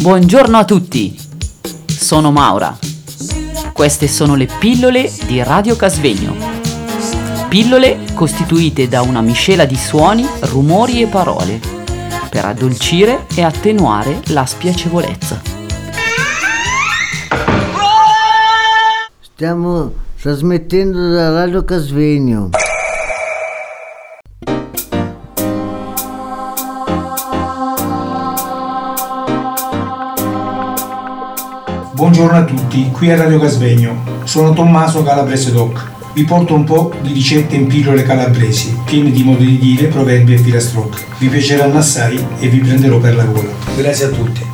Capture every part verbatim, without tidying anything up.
Buongiorno a tutti, sono Maura. Queste sono le pillole di Radio Casvegno. Pillole costituite da una miscela di suoni, rumori e parole per addolcire e attenuare la spiacevolezza. Stiamo trasmettendo da Radio Casvegno. Buongiorno a tutti, qui a Radio Casvegno. Sono Tommaso Calabrese Doc. Vi porto un po' di ricette in pillole calabresi, piene di modi di dire, proverbi e filastrocche. Vi piaceranno assai e vi prenderò per la gola. Grazie a tutti.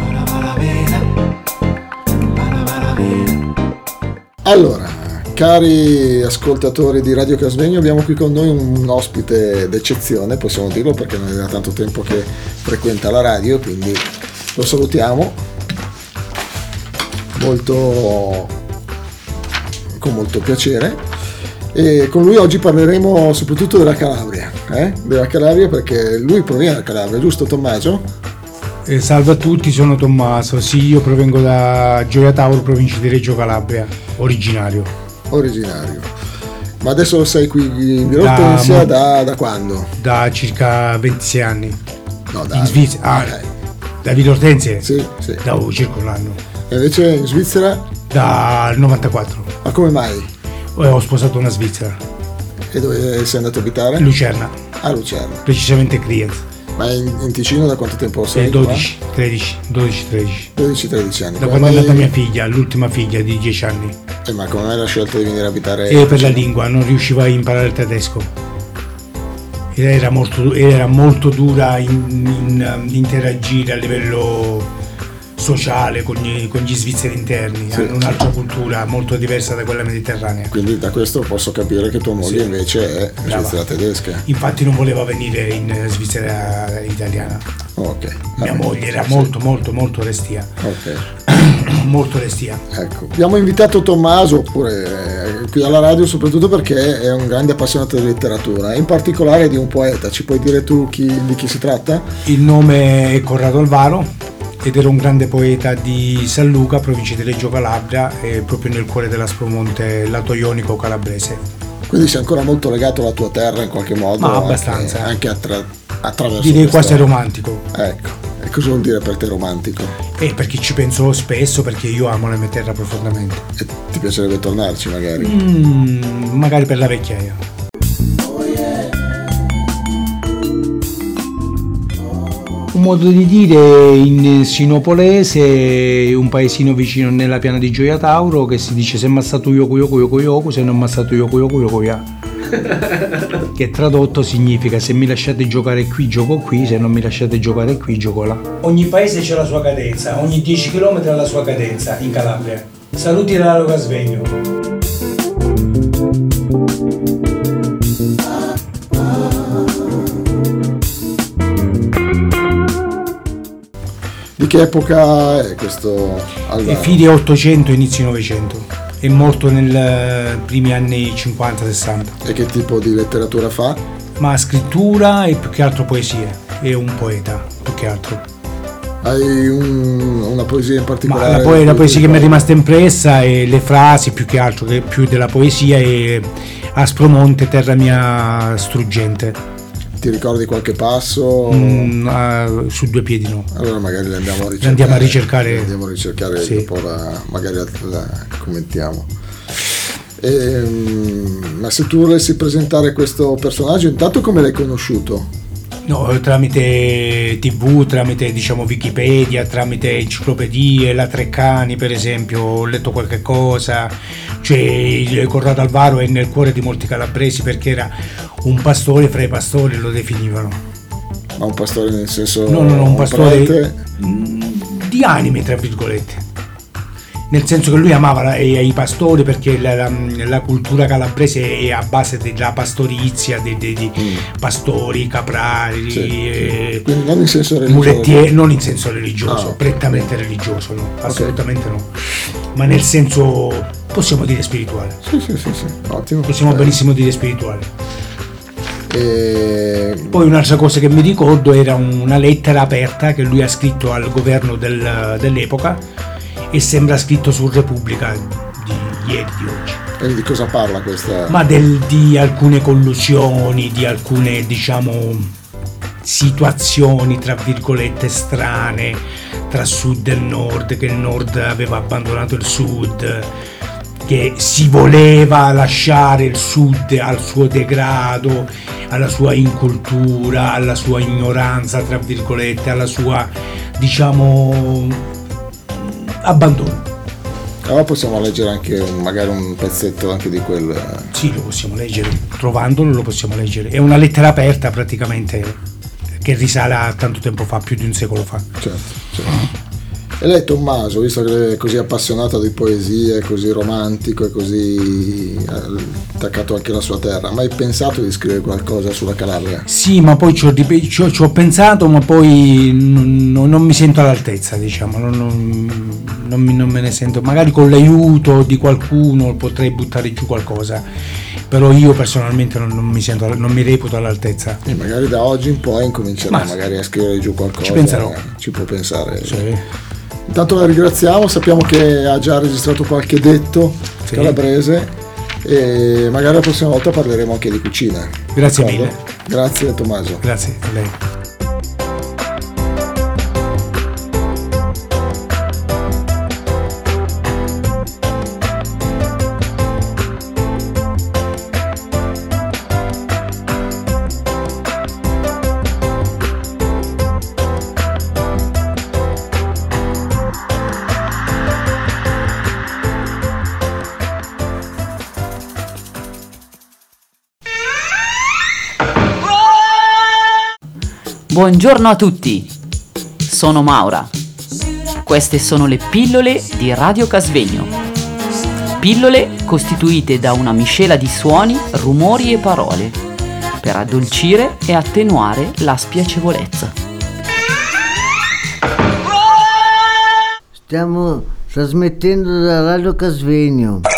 Allora, cari ascoltatori di Radio Casvegno, abbiamo qui con noi un ospite d'eccezione, possiamo dirlo, perché non è da tanto tempo che frequenta la radio, quindi lo salutiamo molto con molto piacere. E con lui oggi parleremo soprattutto della Calabria, eh? della Calabria, perché lui proviene dalla Calabria, giusto Tommaso? Eh, salve a tutti, sono Tommaso, sì, io provengo da Gioia Tauro, provincia di Reggio Calabria, originario. Originario. Ma adesso sei qui in Villa da, da, da quando? Da circa ventisei anni. No, da in Svizzera. Ah, okay. Da Villa Ortensie? Sì, sì. Da circa un anno. E invece in Svizzera? Dal novantaquattro. Ma come mai? Eh, ho sposato una svizzera. E dove sei andato a abitare? Lucerna. A Lucerna. Precisamente Kriens. Ma in, in Ticino da quanto tempo sei? Eh, dodici, tredici, dodici, tredici. dodici tredici anni. Da come quando mai... è nata mia figlia, l'ultima figlia di dieci anni. Eh, ma come mai la scelta di venire a abitare? E per la lingua, non riusciva a imparare il tedesco. Era molto, era molto dura in, in, in interagire a livello sociale con gli, con gli svizzeri interni, sì. Hanno un'altra cultura molto diversa da quella mediterranea. Quindi da questo posso capire che tua moglie sì. invece è Brava. Svizzera tedesca. Infatti non voleva venire in Svizzera italiana. Ok. Mia Vabbè. moglie era sì. molto molto molto restia. Ok. molto restia. Ecco. Abbiamo invitato Tommaso pure eh, qui alla radio soprattutto perché è un grande appassionato di letteratura, in particolare di un poeta. Ci puoi dire tu chi, di chi si tratta? Il nome è Corrado Alvaro. Ed era un grande poeta di San Luca, provincia di Reggio Calabria, e proprio nel cuore dell'Aspromonte, lato ionico calabrese. Quindi sei ancora molto legato alla tua terra in qualche modo? Ma abbastanza. Anche, anche attra- attraverso Direi questa... quasi romantico. Ecco, e cosa vuol dire per te romantico? Eh, perché ci penso spesso, perché io amo la mia terra profondamente. E ti piacerebbe tornarci magari? Mm, magari per la vecchiaia. Un modo di dire in sinopolese, un paesino vicino nella piana di Gioia Tauro, che si dice se massato yoku yoku yoku yoku, se non massato yoku yoku yoku ya. Che tradotto significa se mi lasciate giocare qui gioco qui, se non mi lasciate giocare qui gioco là. Ogni paese c'ha la sua cadenza, ogni dieci chilometri ha la sua cadenza in Calabria. Saluti da Radio Casvegno. Di che epoca è questo Alvaro? È fine ottocento, inizi novecento. È morto nei primi anni cinquanta sessanta. E che tipo di letteratura fa? Ma scrittura e più che altro poesie. È un poeta, più che altro. Hai un, una poesia in particolare? Ma la, po- la poesia che mi è rimasta impressa è le frasi, più che altro, che più della poesia è Aspromonte, terra mia struggente. Ti ricordi qualche passo? Mm, uh, su due piedi no. Allora magari le andiamo a ricercare. Le andiamo a ricercare. Le andiamo a ricercare sì. Dopo la, magari la, la commentiamo. E, ma se tu volessi presentare questo personaggio, intanto come l'hai conosciuto? No, tramite tivù, tramite diciamo Wikipedia, tramite enciclopedie, la Treccani per esempio, ho letto qualche cosa. Cioè il Corrado Alvaro è nel cuore di molti calabresi perché era un pastore fra i pastori, lo definivano. Ma un pastore nel senso... No, no, no, un, un pastore prete? Di anime, tra virgolette. Nel senso che lui amava la, i pastori perché la, la, la cultura calabrese è a base della pastorizia, dei, dei, dei mm. pastori, caprari, sì, eh, sì. Quindi non in senso religioso. Mulettieri, non in senso religioso, ah, prettamente okay. religioso, no, assolutamente okay. no. Ma nel senso, possiamo dire spirituale. Sì, sì, sì, sì. Ottimo. Possiamo eh. benissimo dire spirituale. E... Poi un'altra cosa che mi ricordo era una lettera aperta che lui ha scritto al governo del, dell'epoca, e sembra scritto su Repubblica di ieri, di oggi. E di cosa parla questa? Ma del, di alcune collusioni, di alcune, diciamo, situazioni tra virgolette strane tra sud e nord, che il nord aveva abbandonato il sud, che si voleva lasciare il sud al suo degrado, alla sua incultura, alla sua ignoranza tra virgolette, alla sua, diciamo, abbandono. Allora possiamo leggere anche un, magari un pezzetto anche di quel... Sì, lo possiamo leggere, trovandolo lo possiamo leggere. È una lettera aperta praticamente, che risale a tanto tempo fa, più di un secolo fa. Certo, certo. E lei, Tommaso, visto che è così appassionato di poesia, così romantico e così attaccato anche alla sua terra, mai pensato di scrivere qualcosa sulla Calabria? Sì, ma poi ci ho, ci ho, ci ho pensato, ma poi non, non mi sento all'altezza, diciamo, non, non, non, mi, non me ne sento. Magari con l'aiuto di qualcuno potrei buttare giù qualcosa, però io personalmente non, non mi sento, non mi reputo all'altezza. E magari da oggi in poi incomincerà Ma magari a scrivere giù qualcosa. Ci penserò. Eh, ci può pensare. Sì. Intanto la ringraziamo, sappiamo che ha già registrato qualche detto Sì. calabrese e magari la prossima volta parleremo anche di cucina. Grazie D'accordo? mille. Grazie Tommaso. Grazie a lei. Buongiorno a tutti, sono Maura. Queste sono le pillole di Radio Casvegno. Pillole costituite da una miscela di suoni, rumori e parole per addolcire e attenuare la spiacevolezza. Stiamo trasmettendo da Radio Casvegno.